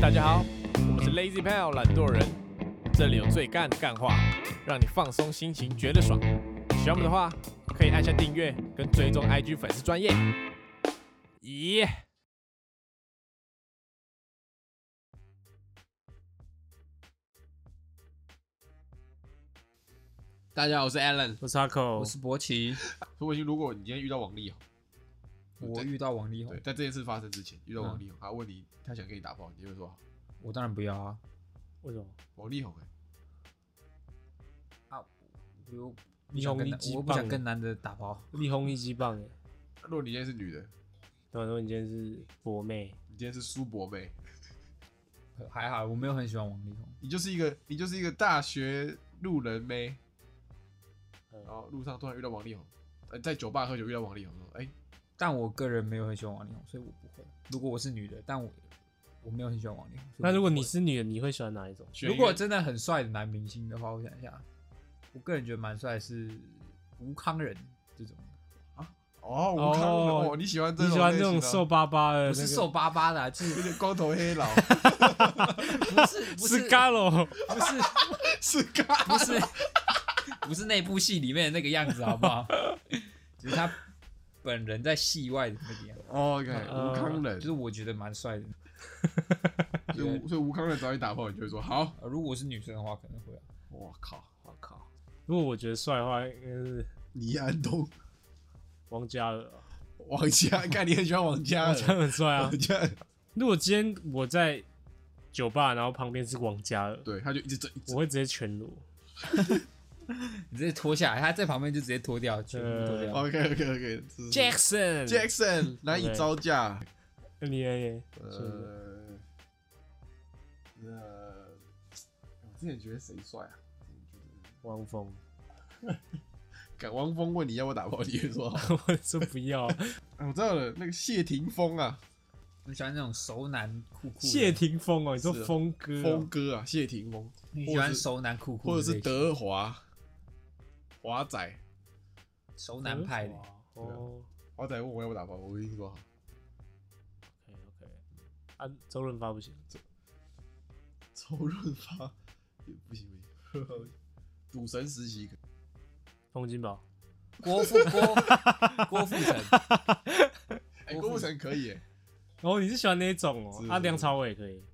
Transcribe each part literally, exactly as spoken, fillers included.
大家好，我们是 Lazy Pal 懒惰人，这里有最干的干话，让你放松心情，觉得爽。喜欢我们的话，可以按下订阅跟追踪 I G 粉丝专页。咦、yeah 大家好，我是 Alan， 我是阿口， 我是博奇。 所以，如果你今天遇到王力宏， 我遇到王力宏， 对，在这件事发生之前遇到王力宏，他问你，他想跟你打炮，你会说好？ 我当然不要啊！ 为什么？ 王力宏啊，我又不想跟力宏一击棒我不想跟男的打炮。 力宏一击棒哎！ 如果你今天是女的， 对吧？如果你今天是博妹， 你今天是苏博妹， 还好，我没有很喜欢王力宏。 你就是一个你就是一个大学路人妹，然后路上突然遇到王力宏，呃，在酒吧喝酒遇到王力宏，说，哎， 但我个人没有很喜欢王力宏，所以我不会。如果我是女的，但我我没有很喜欢王力宏。 那如果你是女的，你会喜欢哪一种？ 如果真的很帅的男明星的话，我想一下，我个人觉得蛮帅的是吴康仁这种。 哦，吴康仁，哦，你喜欢这种？ 你喜欢这种瘦巴巴的？ 不是瘦巴巴的，就是有点光头黑佬， 不是不是嘎喽， 不是是嘎， 不是不是那部戏里面的那个样子，好不好？只是他本人在戏外的那个样子。 OK，吴康仁， 就是我觉得蛮帅的。 所以所以吴康仁找你打炮，你就会说好。 如果我是女生的话，可能会啊。 我靠， 我靠！ 如果我觉得帅的话，应该是倪安东。 王嘉尔， 王嘉，看你很喜欢王嘉尔， 王嘉尔很帅啊。 王嘉尔， 如果今天我在酒吧，然后旁边是王嘉尔， 对，他就一直整， 我会直接全裸。 你直接脱下来，他在旁边就直接脱掉，全部脱掉。 OK OK OK。 Jackson Jackson 难以招架。 你呃， 呃，我之前觉得谁帅啊？ 汪峰。 敢汪峰问你要不要打炮，你会说好？ 我说不要。 我知道了，那个谢霆锋啊， 你喜欢那种熟男酷酷的？ 谢霆锋哦，你说峰哥？ 峰哥啊，谢霆锋。 你喜欢熟男酷酷， 或者是德华华仔， 熟男派的。 哦，华仔问我要不要打炮，我一定说好。 OK OK。啊，周润发不行。 周润发也不行不行。赌神时期可。 洪金宝， 郭富郭郭富城， 哎，郭富城可以哎。 哦，你是喜欢那种哦？啊，梁朝伟可以。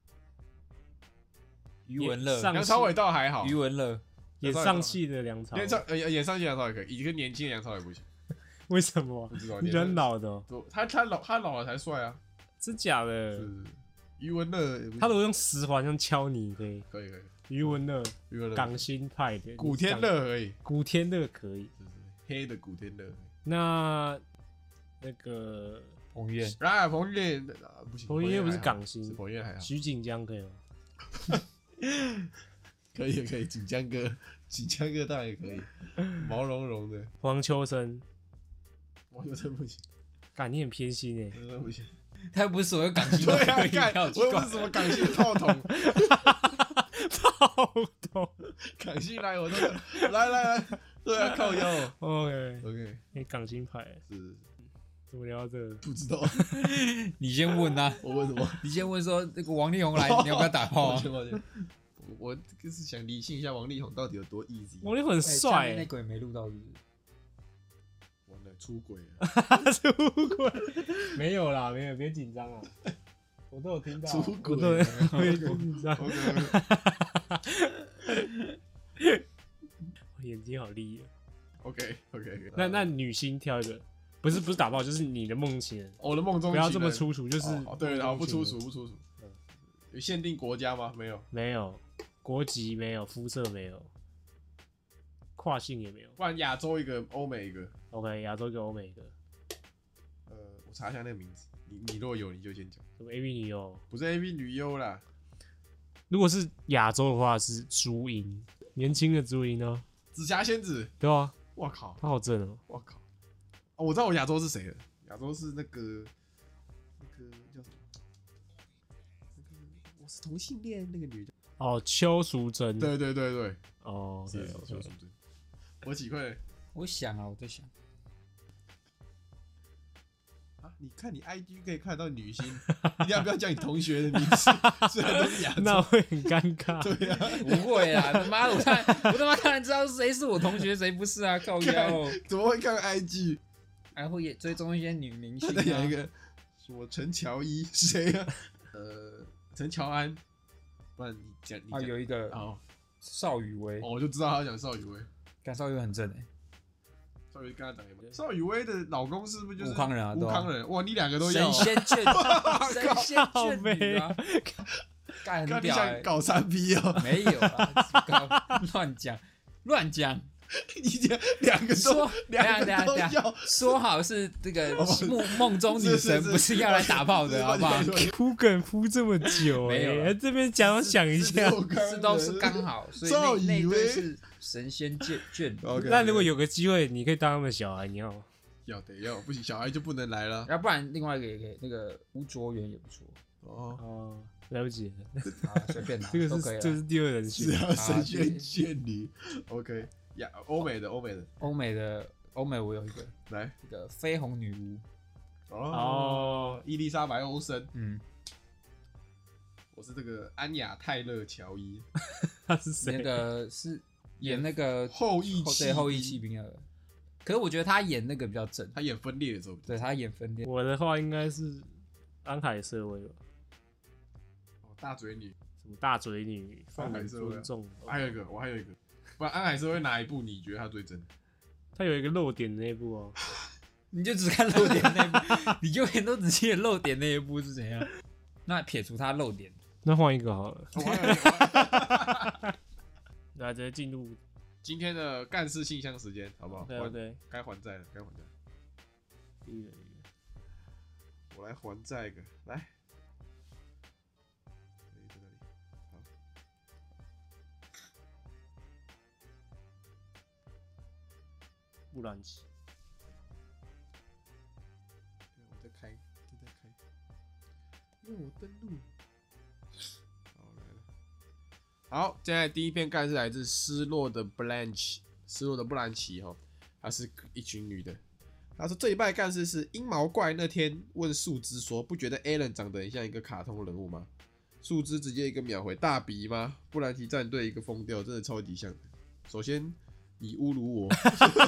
余文乐， 梁朝伟倒还好。 余文乐演上戏的梁朝伟， 演上呃演上戏梁朝伟可以，一个年轻的梁朝伟不行。 为什么？ 不知道， 你喜欢老的？ 他他老他老了才帅啊！ 真假的？ 是余文乐， 他如果用十环像敲你，可以。 可以可以。 余文乐， 余文乐， 港星派的。 古天乐可以， 古天乐可以， 黑的古天乐。 那那个彭于晏， 啊，彭于晏不行， 彭于晏不是港星， 彭于晏还好。 徐锦江可以吗？ 可以可以，锦江哥，锦江哥当然也可以，毛茸茸的。 黄秋生， 黄秋生不行， 感你很偏心哎， 真的不行。 他又不是所有港星对啊， 都可以干， 跳， 我又不是什么港星炮筒。 炮筒， 港星来我都来来来，对啊，靠腰。 OK OK， 你港星派是。 怎么聊到这个？ 不知道， 你先问啊。 我问什么？ 你先问说那个王力宏来，你要不要打炮啊？ 我就是想理性一下王力宏到底有多 easy。 王力宏很帅， 那个也没录到，是不是？ 完了，出轨了！ 出轨？没有啦，没有，别紧张啊，我都有听到。 出轨， 别紧张。我眼睛好利啊。 OK OK。 那那女星挑一个，不是不是打炮，就是你的梦情人。 我的梦中不要这么粗俗，就是对，好不粗俗不粗俗。有限定国家吗？没有， 没有，国籍没有，肤色没有，跨性也没有。 不然亚洲一个，欧美一个。 OK， 亚洲一个，欧美一个。 呃，我查一下那个名字。你你若有你就先讲。 什么 A V 女优？ 不是 A V 女优啦。 如果是亚洲的话是朱茵，年轻的朱茵呢？ 紫霞仙子。 对啊。 我靠， 她好正哦。 我靠。哦，我知道我亚洲是谁了。亚洲是那个那个叫什么？我是同性恋那个女的。 哦，邱淑贞。 对对对对。 哦，对， 邱淑贞。我几块？ 我想啊，我在想。 啊， 你看你 I G 可以看得到女星，你要不要叫你同学的名字？虽然都是亚洲， 那会很尴尬。 对啊， 不会啦，他妈的，我当然我他妈当然知道谁是我同学，谁不是啊，靠腰哦。 怎么会看 I G？ 还会也追踪一些女明星、 他啊。 在演一个什么陈乔伊谁啊？呃，陈乔安。不然你讲，你啊， 讲有一个哦， 邵雨薇， 哦我就知道他讲邵雨薇。 干邵雨薇很正哎、 邵雨薇跟他长得一样。邵雨薇的老公是不是就是吴康仁啊吴对啊康仁，哇，你两个都要神啊， 仙眷，神仙眷侣啊，干看你很屌哎、 想搞三 P 哦， 没有啊，乱讲乱讲， 你讲两个都说两个等下都等下要， 说好是这个哦不梦梦中女是神， 是是不是要来打炮的，好不好？ 铺梗铺这么久哎、 没有啊欸，这边讲想一下。 是都是刚好，所以邵那那雨薇一对是神仙眷眷侣。 OK， 那如果有个机会，你可以当他们的小孩，你要吗？ 要得要，不行，小孩就不能来了。 要不然另外一个也可以，那个吴卓源也不错哦， 哦，了解了， 啊，随便拿这个都可以了。 是这是第二人选。 是啊，神仙眷侣。OK，呀，欧美的欧美的， 欧美的欧美我有一个来那个绯红女巫， 哦，伊丽莎白欧森， 嗯， 我是这个安雅泰勒乔伊， 他是谁？ 那个是演那个后羿弃对后羿弃兵的，可是我觉得他演那个比较正， 他演分裂的时候， 对他演分裂。 我的话应该是安海瑟薇吧， 哦，大嘴女。 什么大嘴女，放人安海瑟薇尊重。 还有一个，我还有一个，不然安海瑟薇哪一部你觉得他最真？ 他有一个漏点的那部哦， 你就只看漏点那一部，你永远都只记得漏点那一部是怎样。那撇除他漏点， 那换一个好了， 我还有一个来直接进入。 今天的干事信箱时间，好不好？ 对还对， 该还债了，该还债了。 第一个我来还债一个，来，诶在哪里？好， 布兰奇， 我在开，正在开，因为我登录。好来了，好，现在第一篇干是来自失落的 Blanche， 失落的布兰奇哈，她是一群女的。他说这一拜干事是阴毛怪那天问树枝说，不觉得 Alan 长得很像一个卡通人物吗？树枝直接一个秒回大鼻吗？布兰奇战队一个疯掉，真的超级像的。首先你侮辱我，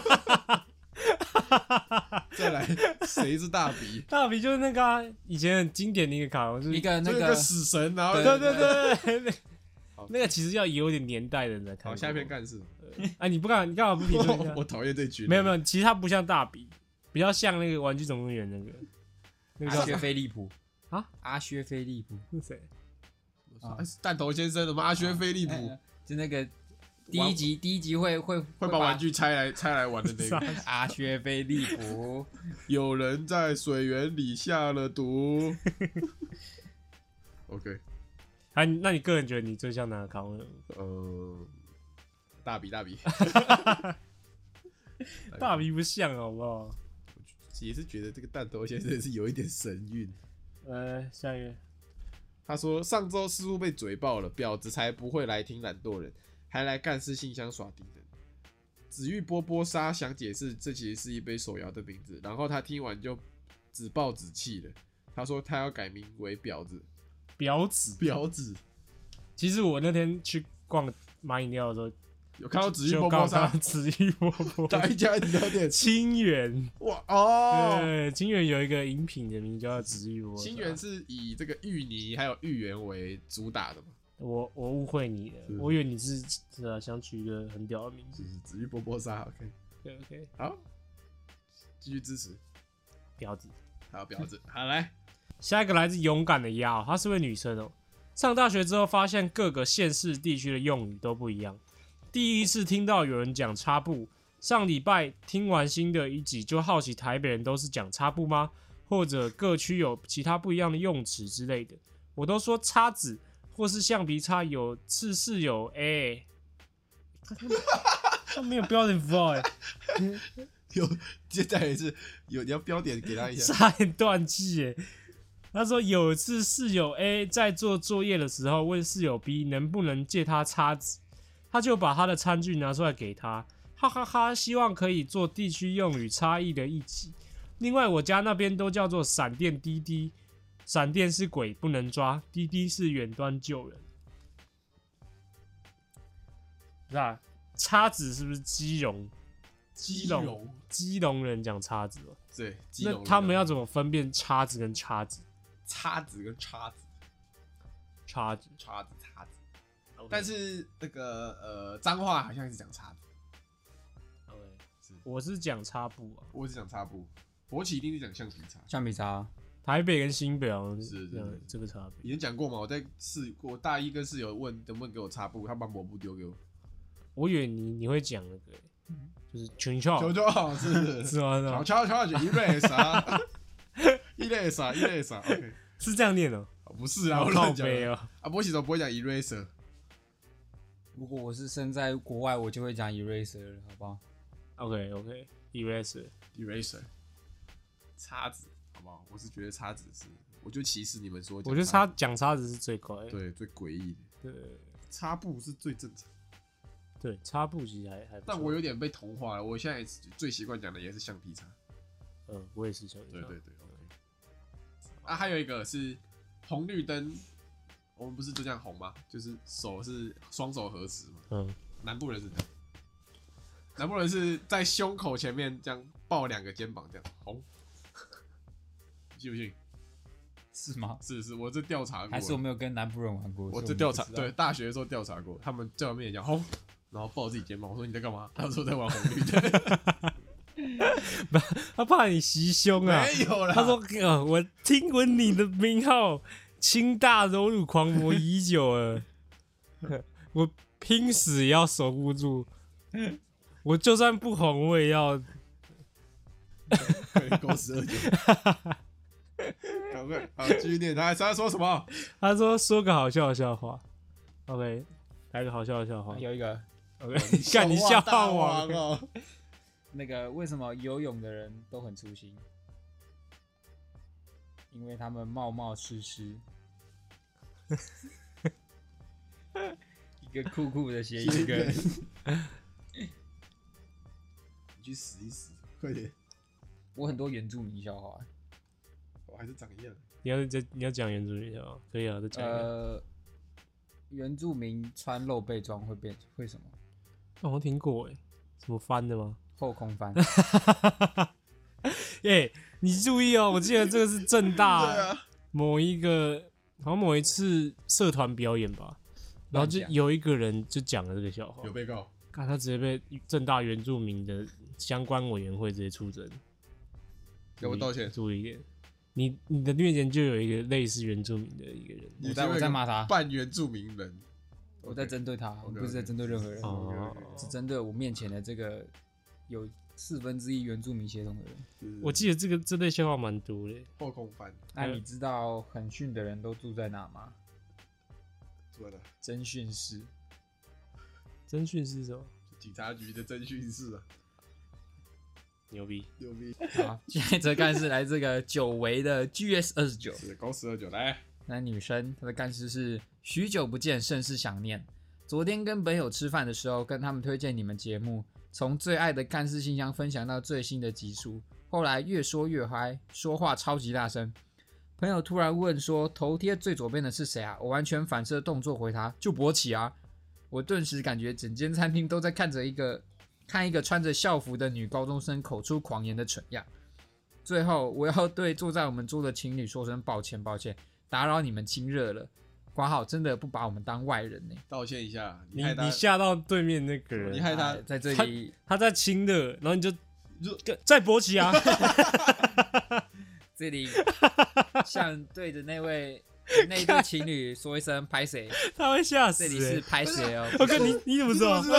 再来谁是大鼻？ 大鼻就是那个、啊、以前很经典的一个卡通，就是一个那就一个个死神，然后对对对对对， 好那个其实要有点年代的人才看过。 好，下一篇干事。 啊，你不干，你干嘛不评论一下？ 我讨厌这群。 没有没有，其实他不像大鼻，比较像那个《玩具总动员》那个那个阿薛叫啥菲利普啊， 阿薛菲利普， 是谁？ 啊弹头先生的吗？阿薛菲利普哎就那个第一集第一集会会会把玩具拆来拆来玩的那个。 阿薛菲利普， 有人在水源里下了毒。OK， 啊，那你个人觉得你最像哪个卡通人物？ 呃，大比大比， 大鼻不像好不好？ 也是觉得这个弹头先生是有一点神韵。 呃，下一个， 他说上周似乎被嘴爆了，婊子才不会来听懒惰人，还来干事信箱耍敌人。紫玉波波沙想解释这其实是一杯手摇的名字，然后他听完就只爆只气了。他说他要改名为婊子， 婊子。 婊子。 其实我那天去逛买饮料的时候， 有看到紫玉就波波沙刚刚紫玉波波， 哪一家饮料店？ 清源。 哇哦， 对，清源有一个饮品的名字叫紫玉波波沙。 清源是以这个芋泥还有芋圆为主打的嘛？ 我我误会你了， 是我以为你是是啊想取一个很屌的名字就。是紫玉波波沙。OK， OK OK， 好，继续支持。 婊子。 还有婊子，好来， 下一个来自勇敢的鸭、哦，她是位女生哦。上大学之后，发现各个县市地区的用语都不一样。第一次听到有人讲擦布，上礼拜听完新的一集，就好奇台北人都是讲擦布吗？或者各区有其他不一样的用词之类的？我都说叉子或是橡皮擦，有次是有哎、欸，他没有标点符号哎、欸， 有接下来是有你要标点给他一下。 差点断气哎。他说有一次室友 A 在做作业的时候问室友 B 能不能借他叉子，他就把他的餐具拿出来给他，哈哈哈，希望可以做地区用语差异的一集。 另外，我家那边都叫做闪电滴滴，闪电是鬼不能抓，滴滴是远端救人。是吧？叉子是不是基隆？基隆隆基隆人讲叉子吧？ 对，基那隆人他们要怎么分辨叉子跟叉子？ 叉子跟叉子， 叉子， 叉子叉子。 OK 但是那个呃，脏话好像是讲叉子， OK， 是我是讲叉布啊。 我是讲叉布，博奇一定是讲橡皮擦。 橡皮擦， 台北跟新北好像是是这样是这个差别。 以前讲过嘛，我在室，我大一跟室友问能不能给我擦布，他把抹布丢给我。 我以为你你会讲那个、欸，就是全校球球好是是吗？是巧吗？ 巧巧就一类啥，一类啥一类啥 ，OK， 是这样念的、 哦不是啊， 好我乱讲的。 靠背哦。 啊，博奇都不会讲 eraser， 如果我是身在国外，我就会讲 eraser 了，好不好？ OK OK，eraser， eraser， 叉子，好不好？我是觉得叉子是，我就歧视你们说， 我觉得叉讲叉子是最快的。 对最诡异的， 对擦布是最正常。 对，擦布其实还还不错。 但我有点被同化了，我现在最习惯讲的也是橡皮擦。 嗯，我也是想对对对 ，OK。啊，还有一个是红绿灯，我们不是就这样红吗？就是手是双手合十嘛。 嗯， 南部人是这样，南部人是在胸口前面这样抱两个肩膀这样红，信不信？ 是吗？ 是是，我这调查过， 还是我没有跟南部人玩过？ 我所以这调查们不知道对大学的时候调查过，他们在外面也讲红，然后抱自己肩膀。我说你在干嘛？他说在玩红绿灯。 他怕你袭胸啊。 没有啦， 他说：“呃，我听闻你的名号，清大柔乳狂魔已久了，我拼死也要守护住。我就算不红，我也要。 对，狗十二九。赶快，好，继续念。他还在说什么？ 他说说个好笑的笑话。OK， 来个好笑的笑话。 有一个 OK， 干你笑话大王王哦！ 那个为什么游泳的人都很粗心？因为他们冒冒失失。一个酷酷的谐音梗。 你去死一死，快点！ 我很多原住民笑话。 我还是长一样。 你要再你要讲原住民笑话，可以啊，再讲一个。 呃，原住民穿露背装会变会什么？ 我好像听过哎，什么翻的吗？ 后空翻。 哎、欸，你注意哦，我记得这个是正大对啊， 某一个，好像某一次社团表演吧，然后就有一个人就讲了这个笑话， 有被告。 看他直接被正大原住民的相关委员会直接出征， 给我道歉。 注意一点，你你的面前就有一个类似原住民的一个人， 我在我在骂他， 半原住民人， 我在针对他，我不是在针对任何人， 哦是针对我面前的这个有四分之一原住民血统的人。 我记得这个这类笑话蛮多的。 后空翻， 那你知道很逊的人都住在哪吗？ 住在哪？ 侦讯室。 侦讯是什么？ 警察局的侦讯室啊， 牛逼！ 牛逼！ 好，下一则干事来这个久违的 G S 二十九， 是高十二九来。 那女生她的干事是许久不见，甚是想念。昨天跟朋友吃饭的时候，跟他们推荐你们节目，从最爱的干事信箱分享到最新的集数，后来越说越嗨，说话超级大声。朋友突然问说：“头贴最左边的是谁啊？”我完全反射动作回他：“就勃起啊！”我顿时感觉整间餐厅都在看着一个看一个穿着校服的女高中生口出狂言的蠢样。最后，我要对坐在我们桌的情侣说声抱歉，抱歉，打扰你们亲热了。括号真的不把我们当外人呢、欸， 道歉一下， 你害他你吓到对面那个人， 你害他哎在这里他在亲热，然后你就就再勃起啊！ 这里像对着那位那一对情侣说一声拍谁， 他会吓死、欸。 这里是拍谁哦。 我跟你你怎么知道？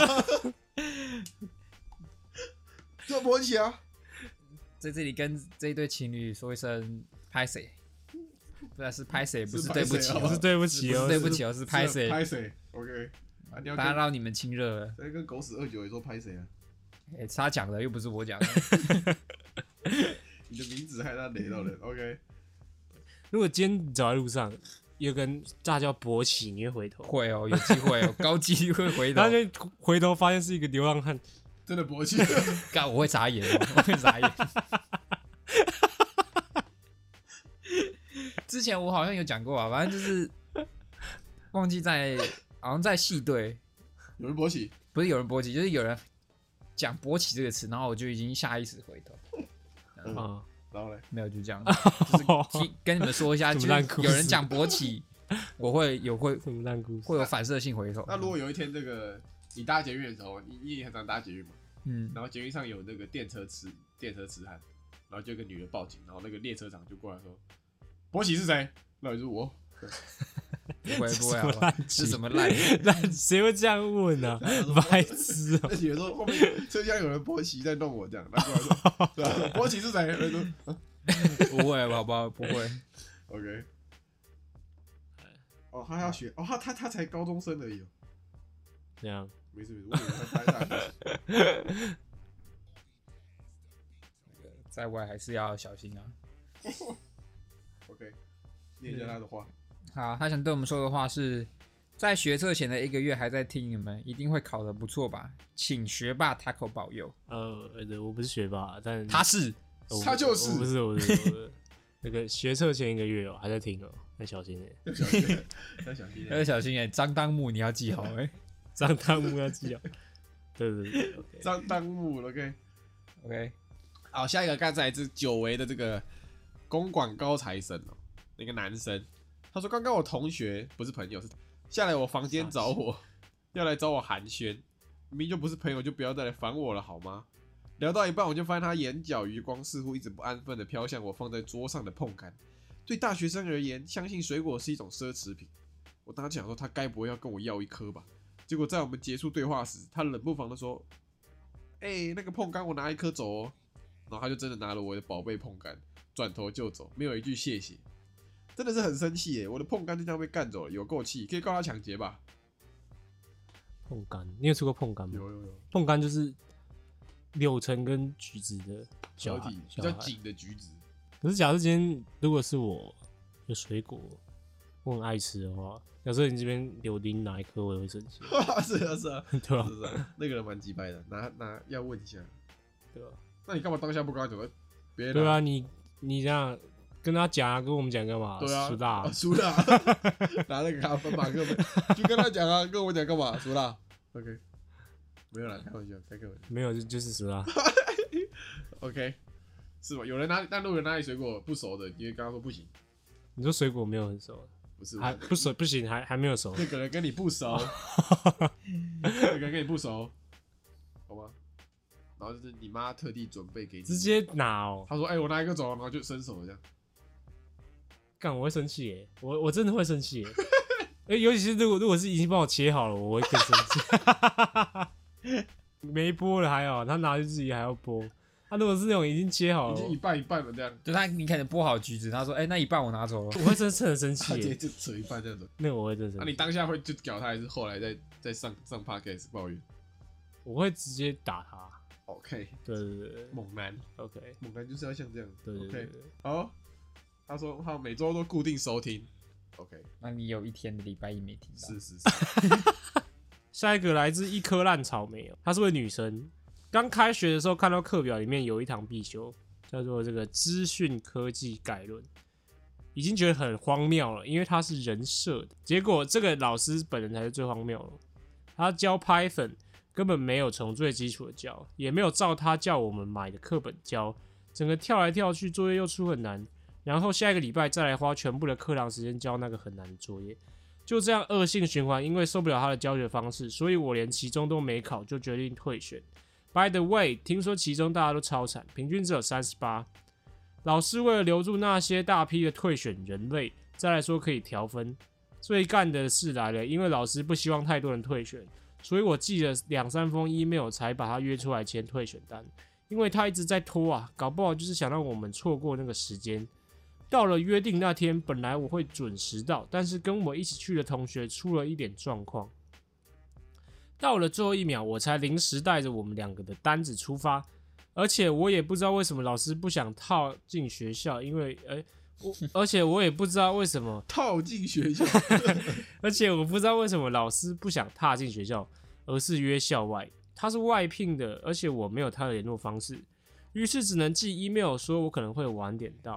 这勃起啊！ 在这里跟这一对情侣说一声拍谁，不然是拍谁，不是是对不起、 拍谁哦不是对不起哦， 不是对不起哦，是拍谁， 拍谁 ？OK， 啊，你要跟打扰你们亲热了。 再跟狗屎二九也说拍谁啊？ 哎、是他讲的，又不是我讲的。 你的名字害他雷到人。OK， 如果今天你走在路上，有个人大叫勃起，你会回头？ 会哦，有机会哦，高几率会回头他。就回头发现是一个流浪汉， 真的勃起。 干，我会眨眼哦，我会眨眼。 之前我好像有讲过啊，反正就是忘记在好像在系队有人勃起， 不是有人勃起，就是有人讲勃起这个词，然后我就已经下意识回头， 嗯， 啊， 然后嘞， 没有就这样，就是提跟你们说一下，就是什么烂故事有人讲勃起，我会有会什么烂故事？ 会有反射性回头。 那如果有一天这个你搭捷运的时候，你你也很常搭捷运嘛， 嗯， 然后捷运上有那个电车痴电车痴汉，然后就有个女的报警，然后那个列车长就过来说，勃起是谁？那就是我。 不会不会什么好吧烂是什么烂？ 烂谁会这样问呢？白痴哦！ 那女的说后面车厢有人勃起在弄我这样，然后过来说，对吧？勃起是谁？他说不会好不好？不会。 OK。哦，他要学哦，他他他才高中生而已哦。 这样没事没事，我以为他大学。 在外还是要小心啊。 OK， 念一下他的话。 好，他想对我们说的话是：在学测前的一个月还在听你们，一定会考得不错吧？请学霸 Taco 保佑。 呃，对我不是学霸，但他是我他就是我不是我不是我不是那个学测前一个月哦，还在听哦，要小心哎， 要小心，要小心。 要小心哎，张当木你要记好哎。 张汤木要记哦。对对对 ，OK。 张当木 OK。 OK， 好，下一个刚才是久违的这个公馆高材生哦，那个男生，他说刚刚我同学不是朋友，是下来我房间找我，要来找我寒暄，明明就不是朋友，就不要再来烦我了好吗？聊到一半，我就发现他眼角余光似乎一直不安分的飘向我放在桌上的碰柑。对大学生而言，相信水果是一种奢侈品。我当时想说，他该不会要跟我要一颗吧？结果在我们结束对话时，他冷不防的说：“哎、欸，那个碰柑我拿一颗走哦。”然后他就真的拿了我的宝贝碰柑，转头就走，没有一句谢谢。真的是很生气耶！我的碰柑就这样被干走了，有够气，可以告他抢劫吧？ 碰柑，你有吃过碰柑吗？ 有有有， 碰柑就是柳橙跟橘子的小孩小体比小孩较紧的橘子。 可是假设今天如果是我有水果，我很爱吃的话，假设你这边柳丁拿一颗，我也会生气， 是啊是啊， 对吧？ 是啊，那个人蛮鸡掰的，拿拿要问一下。 对吧？ 那你干嘛当下不跟他讲？别人对啊，你你这样跟他讲啊，跟我们讲干嘛？ 对啊， 苏大啊，苏大，拿那个卡分马克本，就跟他讲啊，跟我讲干嘛？苏大 ，OK， 没有啦，开玩笑，开个玩笑没有，就就是苏大。 ，OK， 是吧？有人拿，但如果有人拿你水果不熟的，你会跟他说不行， 你说水果没有很熟， 不是， 还不熟不行，还还没有熟。 那个人跟你不熟，那个人跟你不熟，好吗？然后就是你妈特地准备给你， 直接拿哦， 他说：“哎、欸，我拿一个走，然后就伸手这样。” 干我会生气耶，我我真的会生气耶。哎，尤其是如果如果是已经帮我切好了，我会更生气。没剥了还好，他拿去自己还要剥。他如果是那种已经切好了， 已经一半一半了这样， 就他你可能剥好橘子，他说：“哎、欸，那一半我拿走了。” 我会真的很生他直接气耶。 就扯一半这样子。 那个我会真的那、啊、 生气， 你当下会就屌他，还是后来再再上上 podcast 抱怨我会直接打他。 ？OK， 对对对对猛男， ，OK， 猛男就是要像这样。 对对对 OK， 对。 好，他说他每周都固定收听。OK， 那你有一天的礼拜一没听到？ 是是是。 下一个来自一颗烂草莓哦，她是位女生。刚开学的时候看到课表里面有一堂必修，叫做这个资讯科技概论，已经觉得很荒谬了，因为它是人设的。结果这个老师本人才是最荒谬了，他教 Python 根本没有从最基础的教，也没有照他叫我们买的课本教，整个跳来跳去，作业又出很难，然后下一个礼拜再来花全部的课堂时间教那个很难的作业。就这样恶性循环，因为受不了他的教学方式，所以我连期中都没考，就决定退选。By the way， 听说期中大家都超惨，平均只有三十八。老师为了留住那些大批的退选人类，再来说可以调分。最干的事来了，因为老师不希望太多人退选，所以我寄了两三封 email 才把他约出来签退选单。因为他一直在拖啊，搞不好就是想让我们错过那个时间。到了约定那天，本来我会准时到，但是跟我一起去的同学出了一点状况。到了最后一秒，我才临时带着我们两个的单子出发，而且我也不知道为什么老师不想套进学校，因为呃，我而且我也不知道为什么套进学校， 而且我不知道为什么老师不想踏进学校，而是约校外。他是外聘的，而且我没有他的联络方式，于是只能寄 email 说我可能会晚点到。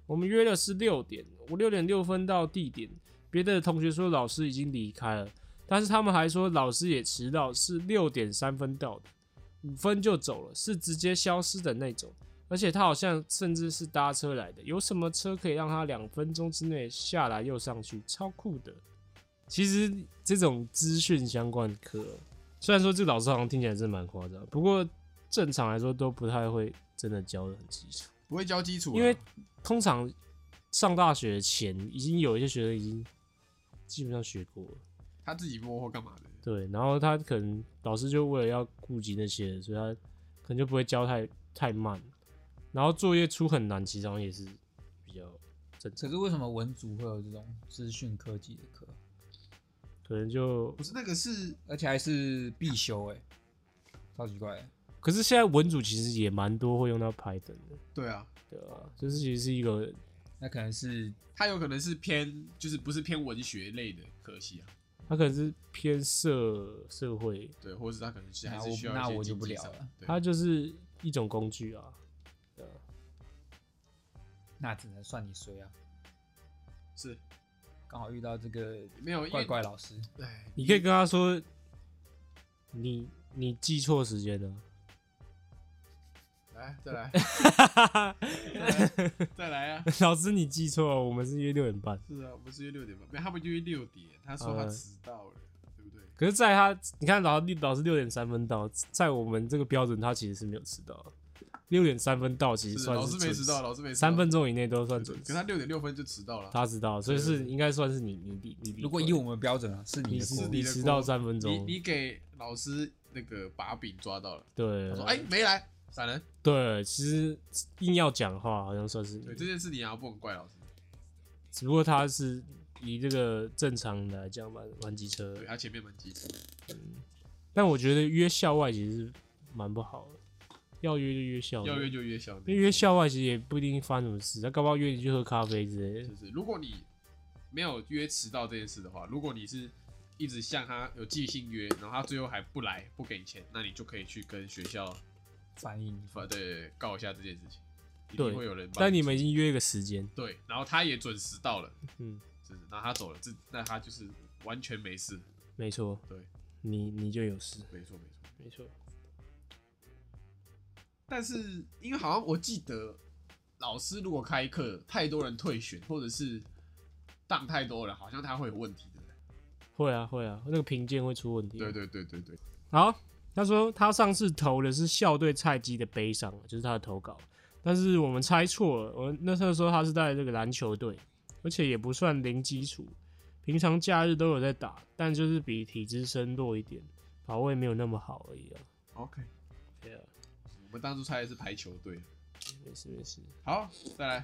我们约的是六点，我六点六分到地点，别的同学说老师已经离开了，但是他们还说老师也迟到，是六点三分到的，五分就走了，是直接消失的那种。而且他好像甚至是搭车来的，有什么车可以让他两分钟之内下来又上去，超酷的。其实这种资讯相关的课，虽然说这个老师好像听起来真的蛮夸张，不过正常来说都不太会真的教的很基础， 不会教基础， 因为通常上大学前已经有一些学生已经基本上学过了， 他自己摸或干嘛的。 对，然后他可能老师就为了要顾及那些，所以他可能就不会教太太慢。然后作业出很难，其实好像也是比较正常。 可是为什么文组会有这种资讯科技的课？ 可能就不是那个是， 而且还是必修哎、欸，超奇怪、欸。 可是现在文组其实也蛮多会用到 Python 的。 对啊， 对啊，就是其实是一个， 那可能是它有可能是偏，就是不是偏文学类的科系啊。 它可能是偏社社会， 对，或者是它可能是还那我是需要一些那我就不经济上聊了。 对它就是一种工具啊。对啊， 那只能算你衰啊， 是刚好遇到这个没有怪怪老师。 哎， 你可以跟他说，你你记错时间了。 来再来，再来啊！ 老师，你记错了，我们是约六点半。 是啊，我们是约六点半，没有他们就约六点。他说他迟到了，对不对？ 可是，在他你看老师老师六点三分到，在我们这个标准，他其实是没有迟到的。六点三分到，其实算老师没准时迟到，老师没迟到三分钟以内都算准时。 可是他六点六分就迟到了。 他迟到，所以是应该算是你你你你。 如果以我们的标准啊，是你你是的锅。 你迟到三分钟， 你你给老师那个把柄抓到了。 对， 他说：“哎，没来，闪人。” 对，其实硬要讲话，好像算是对这件事，你好像不能怪老师。 只不过他是以这个正常来讲蛮蛮机车的， 对他前面蛮机车。 但我觉得约校外其实蛮不好的。要约就约校内， 要约就约校内， 因为约校外其实也不一定发生什么事，他搞不好约你去喝咖啡之类的。 是是，如果你没有约迟到这件事的话，如果你是一直向他有寄信约，然后他最后还不来不给你钱，那你就可以去跟学校反映， 反对告一下这件事情，一对定会有人帮。 但你们已经约一个时间， 对，然后他也准时到了， 嗯， 是是，然后他走了，这那他就是完全没事。 没错， 对， 你你就有事， 没错没错。 没错。 但是因为好像我记得，老师如果开课太多人退选，或者是当太多人，好像他会有问题，对不对？ 会啊会啊，那个评鉴会出问题。 对对对对对。 好，他说他上次投的是校队菜鸡的悲伤，就是他的投稿，但是我们猜错了。我那时候说他是在这个篮球队，而且也不算零基础，平常假日都有在打，但就是比体资生弱一点，跑位没有那么好而已啊。 OK， 对啊， 我们当初猜的是排球队。 没事没事。 好，再来。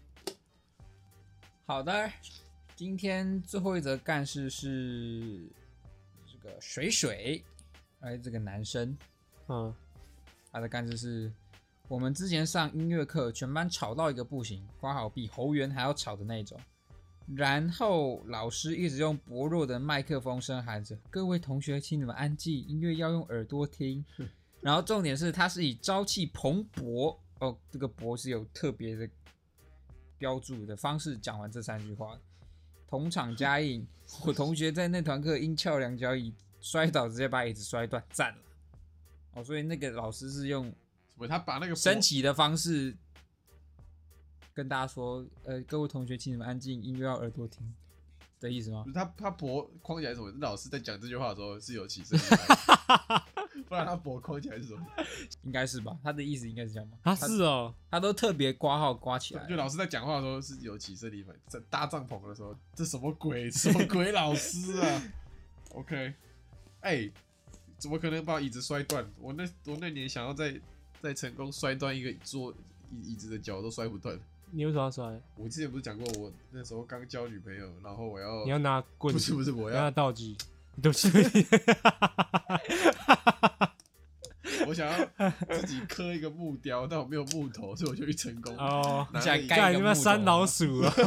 好的，今天最后一则干事是这个水水，哎，这个男生， 嗯， 他的干事是我们之前上音乐课，全班吵到一个不行，括好比侯元还要吵的那种。然后老师一直用薄弱的麦克风声喊着：“各位同学，请你们安静，音乐要用耳朵听。”然后重点是，他是以朝气蓬勃哦，这个勃是有特别的标注的方式讲完这三句话。同场加映，我同学在那堂课因翘两脚椅摔倒，直接把椅子摔断，赞了。哦，所以那个老师是用不，他把那个升旗的方式跟大家说，呃，各位同学，请你们安静，音乐要耳朵听的意思吗不？是他他脖框起来是什么？老师在讲这句话的时候是有起身的，不然他脖框起来是什么？ 应该是吧？他的意思应该是这样吗？ 啊是哦， 他都特别挂号挂起来， 就老师在讲话的时候是有起身的，在搭帐篷的时候，这什么鬼？什么鬼老师啊？OK， 哎、欸，怎么可能把椅子摔断？我那我那年想要再再成功摔断一个桌椅椅子的脚都摔不断。 你为什么要摔？ 我之前不是讲过，我那时候刚交女朋友，然后我要你要拿棍子？ 不是不是，我要拿要道具。对不起，对不起。 我想要自己刻一个木雕，但我没有木头，所以我就去成功哦， 拿那个想盖干一个木头你妈三老鼠啊！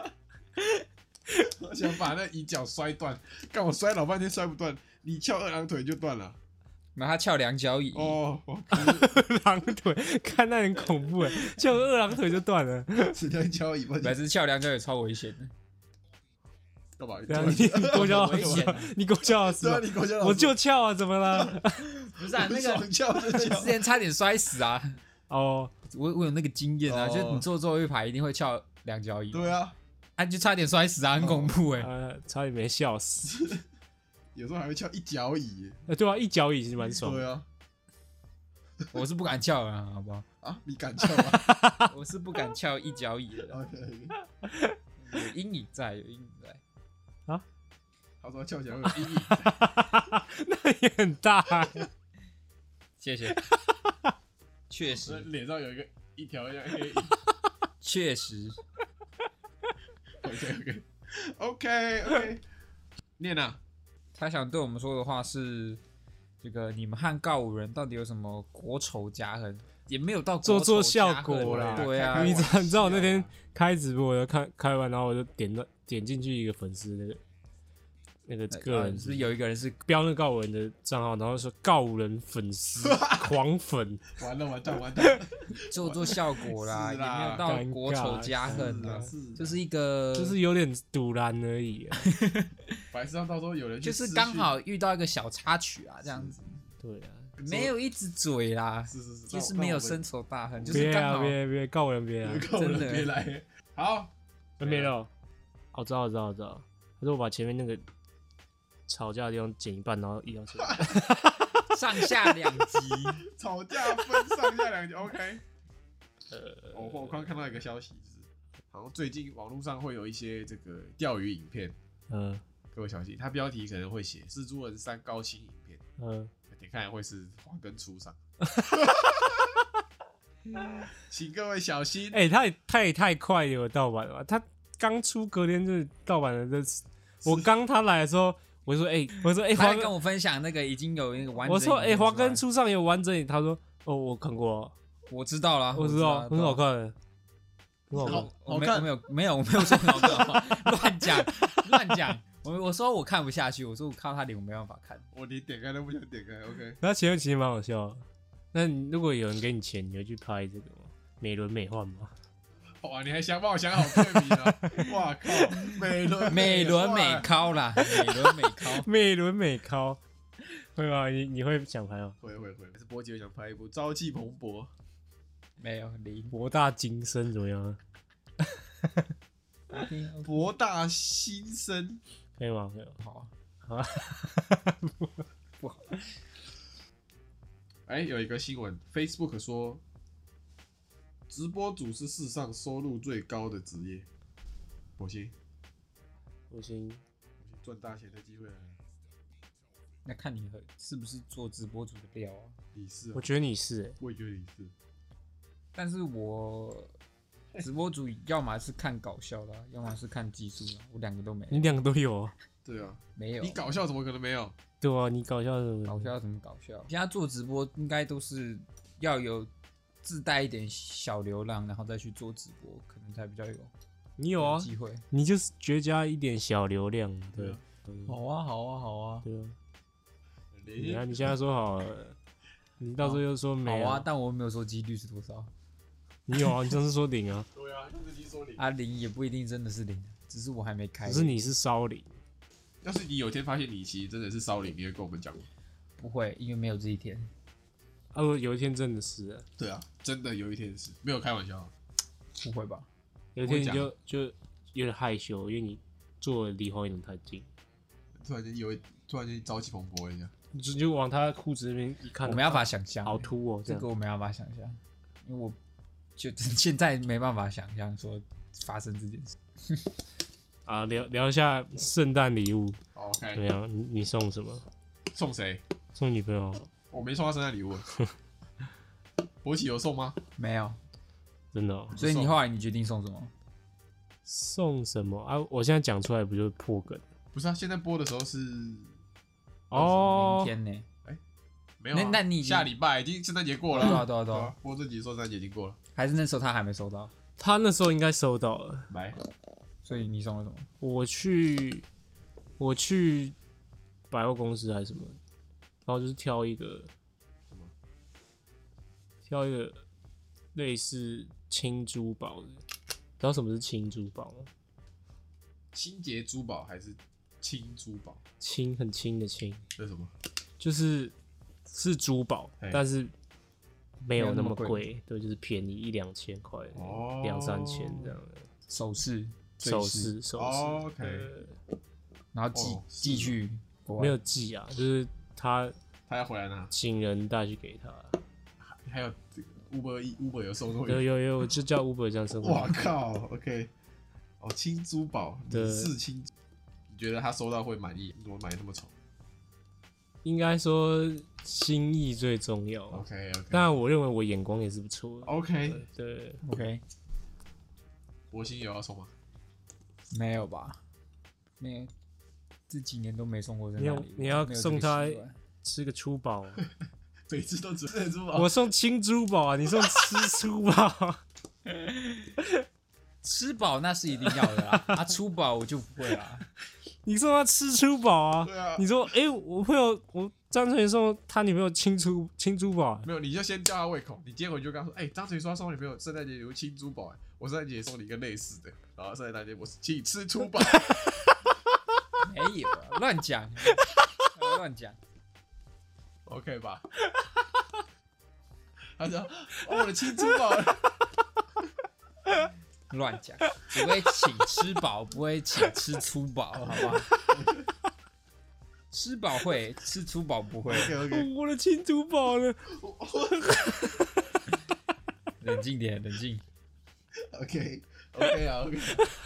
我想把那椅脚摔断，干我摔老半天摔不断，你翘二郎腿就断了。 然后他翘两脚椅， 哦，我二郎腿，看那很恐怖哎，就二郎腿就断了。 是两脚尾巴， 本是翘两脚也超危险的。 干嘛？ 对啊，你你勾脚危险啊你勾脚老师对啊， 吗， 你国家老师我就翘啊，怎么了？ 不是啊，那个想翘就之翘， 前差点摔死啊！ 哦， 我我有那个经验啊， 哦就是你坐最后一排一定会翘两脚椅， 对啊， 啊，就差点摔死啊，很恐怖哎。 呃，差点没笑死。 有时候还会翘一脚椅耶， 呃，对啊，一脚椅是蛮爽的。 对啊， 我是不敢翘啊，好不好？ 啊，你敢翘吗我是不敢翘一脚椅的， ？OK， 有阴影在，有阴影在。 他说翘起来会有阴影， 那也很大欸。 谢谢，确实脸上有一个一条像黑影。 确实， OK OK OK OK， 念啊， 他想对我们说的话是：这个你们和告五人到底有什么国仇家恨？也没有到国做做仇家效果啦恨对啊开， 你知道你知道我那天玩笑开直播，我就看开完，然后我就点到点进去一个粉丝那个那个个人呃是不是有一个人是标那个告五人的账号，然后说告五人粉丝狂粉， 完了完蛋完蛋， 做做效果啦， 是也没啦有到国仇家恨啊， 是啊就是一个就是有点堵然而已啊。 白痴，到时候有人去就是私讯刚好遇到一个小插曲啊，这样子对啊， 没有一直嘴啦， 是是是， 就是没有深仇大恨，就别啊是刚好别别告五人别啊， 够了真的别来，好， 没有，我知道我知道我知道，可是我把前面那个吵架的地方剪一半，然后移到这里。 上下两集， 吵架分上下两集 OK。呃，我我刚看到一个消息，就是好像最近网络上会有一些这个钓鱼影片， 嗯各位小心，它标题可能会写“蜘蛛人三高清影片嗯，”， 点看来会是黄根出上，请各位小心。 哎、欸，他也太太快有盗版了吧？他刚出隔天就盗版了，这我刚他来的时候，我就说，哎、欸，我说，哎、欸，华根， 他还跟我分享那个已经有那个完整， 我说，哎、欸，华根，出上有完整，他说，哦，我看过、啊， 我知道了， 我知道，很好看的，很好看好。 我没有没有没有我没有说很好看好不好，乱讲乱讲。我我说我看不下去，我说我看到他脸我没办法看。 我连点开都不想点开 ，OK。 他前面其实蛮好笑的。那你如果有人给你钱，你会去拍这个吗？美轮美奂吗？ 哇，你还想帮我想好片名啊？哇靠，美轮美轮美奂啦，美轮美奂。 美轮美奂，会吗？你你会想拍吗？ 会会会，是波姐想拍一部朝气蓬勃， 没有零。 博大精深怎么样？ 博大精深， 可以吗？可以吗？ 好， 好啊。 不好。 哎，有一个新闻 ，Facebook 说，直播主是世上收入最高的职业。火星， 我先赚大钱的机会来了。 那看你是不是做直播主的料啊？ 你是、啊？ 我觉得你是、欸， 我也觉得你是。 但是我直播主要么是看搞笑的、啊，要么是看技术的、啊，我两个都没有。 你两个都有啊？ 对啊， 没有？ 你搞笑怎么可能没有？ 对啊，你搞笑什么？ 搞笑怎么搞笑？现在做直播应该都是要有自带一点小流量，然后再去做直播，可能才比较有你有啊？ 机会。 你就是绝佳一点小流量，对对啊好啊，好啊，好啊， 对啊。你你看你现在说好了，你到时候又说没好啊，但我没有说几率是多少。 你有啊？你上次说零啊？ 对啊，自己说零。 啊，零也不一定真的是零，只是我还没开。 可是你是烧零， 要是你有一天发现你其实真的是烧零，你会跟我们讲吗？ 不会，因为没有这一天。 啊，我有一天真的是啊， 对啊，真的有一天是没有开玩笑、啊。 不会吧？ 有一天你就就有点害羞，因为你坐的离黄一点太近， 突然间有一，突然间朝气蓬勃一下。 你就就往他裤子那边一看， 我没办法想象， 好凸哦，这样这个我没办法想象，因为我就现在没办法想象说发生这件事。 啊，聊聊一下圣诞礼物， OK， 怎么样？你你送什么？ 送谁？ 送女朋友？ 我没送他生日礼物。博奇有送吗？ 没有， 真的、哦？ 所以你后来你决定送什么？ 送什么啊？我现在讲出来不就是破梗？ 不是啊，现在播的时候是哦， 明天呢？ 没有、啊。 那那你已经下礼拜已经圣诞节过了， 对啊对啊对啊， 啊，播这集的时候圣诞节已经过了。 还是那时候他还没收到， 他那时候应该收到了。 来， 所以你送了什么？ 我去，我去百货公司还是什么， 然后就是挑一个挑一个类似轻珠宝的，知道什么是轻珠宝吗？ 清洁珠宝还是轻珠宝？ 轻很轻的轻， 这是什么？ 就是是珠宝， 嘿但是没有那么没有那么贵贵，对，就是便宜一两千块， 哦两三千这样的首饰、坠首饰， 饰，首饰。 哦，OK 呃然后寄哦是寄去国外。 没有寄啊，就是他他要回来拿， 请人带去给他。 还有这个 Uber E- Uber 有收过有有有，就叫 Uber 这样生活。 哇靠 ，OK， 哦，轻珠宝， 对李氏轻，你觉得他收到会满意？怎么买那么丑应该说心意最重要。 ？OK OK， 当然，我认为我眼光也是不错的。 OK， 对对， OK， 博兴有要送吗？ 没有吧？没有，这几年都没送过圣你要诞礼物。 你要没有这个送他习惯吃个粗饱啊， 每次都只是珠宝。 我送青珠宝啊，你送吃粗饱。 吃饱那是一定要的啦，啊，粗饱我就不会啦。 你送他吃粗饱啊？ 对啊你说，哎、欸，我朋友，我张成宇送他女朋友青珠青珠宝、啊， 没有，你就先吊他胃口。你今天回去就跟他说：“哎、欸，张晨说他送女朋友圣诞节礼物轻珠宝、欸，我圣诞节也送你一个类似的。然后圣诞节我请你吃粗宝。 没有啊，乱讲，乱讲。 OK 吧？他说：“哦，我的青珠宝。” 乱讲，只会请吃饱，不会请吃粗饱，好吧？吃饱会，吃粗饱不会。 OK OK， 我的青珠宝呢？ 冷静点，冷静。 OK OK 啊 OK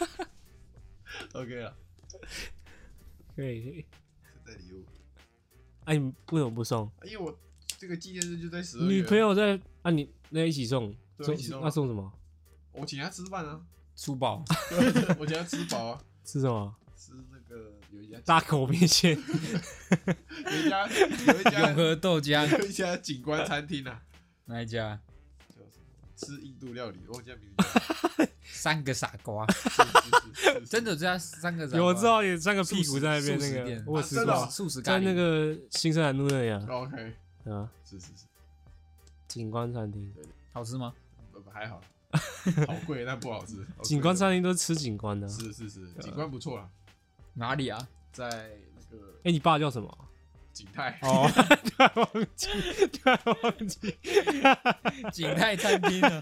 OK 啊， 可以可以。 圣诞礼物， 哎、啊，你为什么不送？ 因为我这个纪念日就在十二月。 女朋友在啊你，那一起送，送对一起送啊那送什么？ 我请他吃饭啊， 粗饱， 对我请他吃饱啊， 吃什么？ 吃那个有一家大口面线。 有一家有一家永和豆浆有一家景观餐厅啊， 那一家？ 叫什么？吃印度料理，我忘记他名字叫什么。 三个傻瓜， 是是是是真的有这家三个傻瓜？ 有，我知道有三个屁股在那边，那个素食店我有吃过啊真的哦， 素食咖喱在那个新生南路那里啊， OK， 啊， 是是是， 景观餐厅。 好吃吗？ 不不还好，好贵但不好吃。 景观餐厅都是吃景观的啊。 是是是，景观不错啦， 哪里啊？ 在那个哎，你爸叫什么？ 景泰。 哦，突然忘记，突然忘记。 景泰餐厅啊。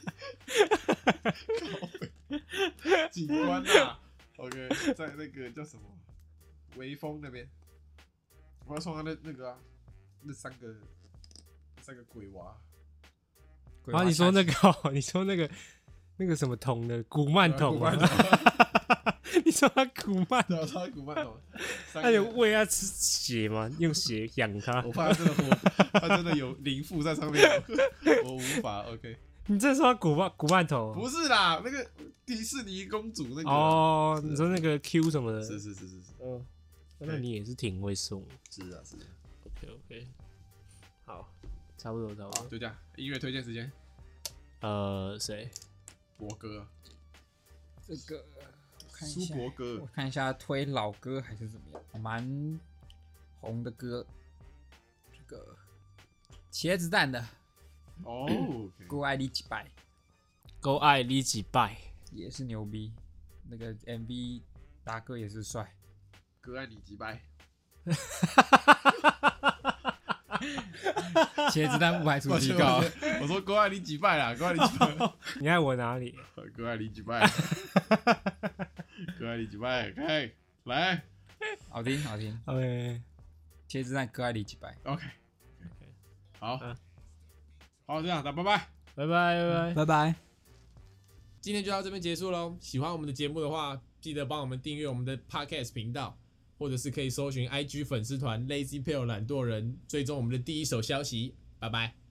景观啊 ，OK， 在那个叫什么微风那边，我要送他那那个啊，那三个那三个鬼娃， 鬼娃啊，你说那下个哦，你说那个那个什么桶的古曼桶啊古曼？童， 你说他古曼， 对啊，他古曼童，三那你个喂他吃血吗？用血养他？ 我怕他真的活，他真的有灵附在上面，我无法 OK。 你这说他古曼古曼桶？ 不是啦，那个迪士尼公主那个哦， 是你说那个 Q 什么的？ 是是是是是嗯，那你也是挺会送。 是啊是啊， OK OK，好，差不多差不多。 好就这样，音乐推荐时间， 呃，谁？ 博哥， 这个我看一下， 苏博哥我看一下推老歌还是怎么样，蛮红的歌。这个茄子蛋的哦 《 ，OK， 够爱你几拜》 够爱你几拜？ 也是牛逼，那个 M V 大哥也是帅。 哥爱你几拜， 茄子蛋不排除抱提高歉抱。歉我说哥爱你几拜啦，哥爱你几拜， 你爱我哪里？ 哥爱你几拜，哥爱你几拜，开来好听好听， OK， 茄子蛋哥爱你几拜。 ，OK， 好嗯， 好这样，那拜拜。 拜拜拜拜。 拜拜。 今天就到这边结束喽。喜欢我们的节目的话，记得帮我们订阅我们的 Podcast 频道，或者是可以搜寻 I G 粉丝团 Lazy Pale 懒惰人，追踪我们的第一手消息。拜拜。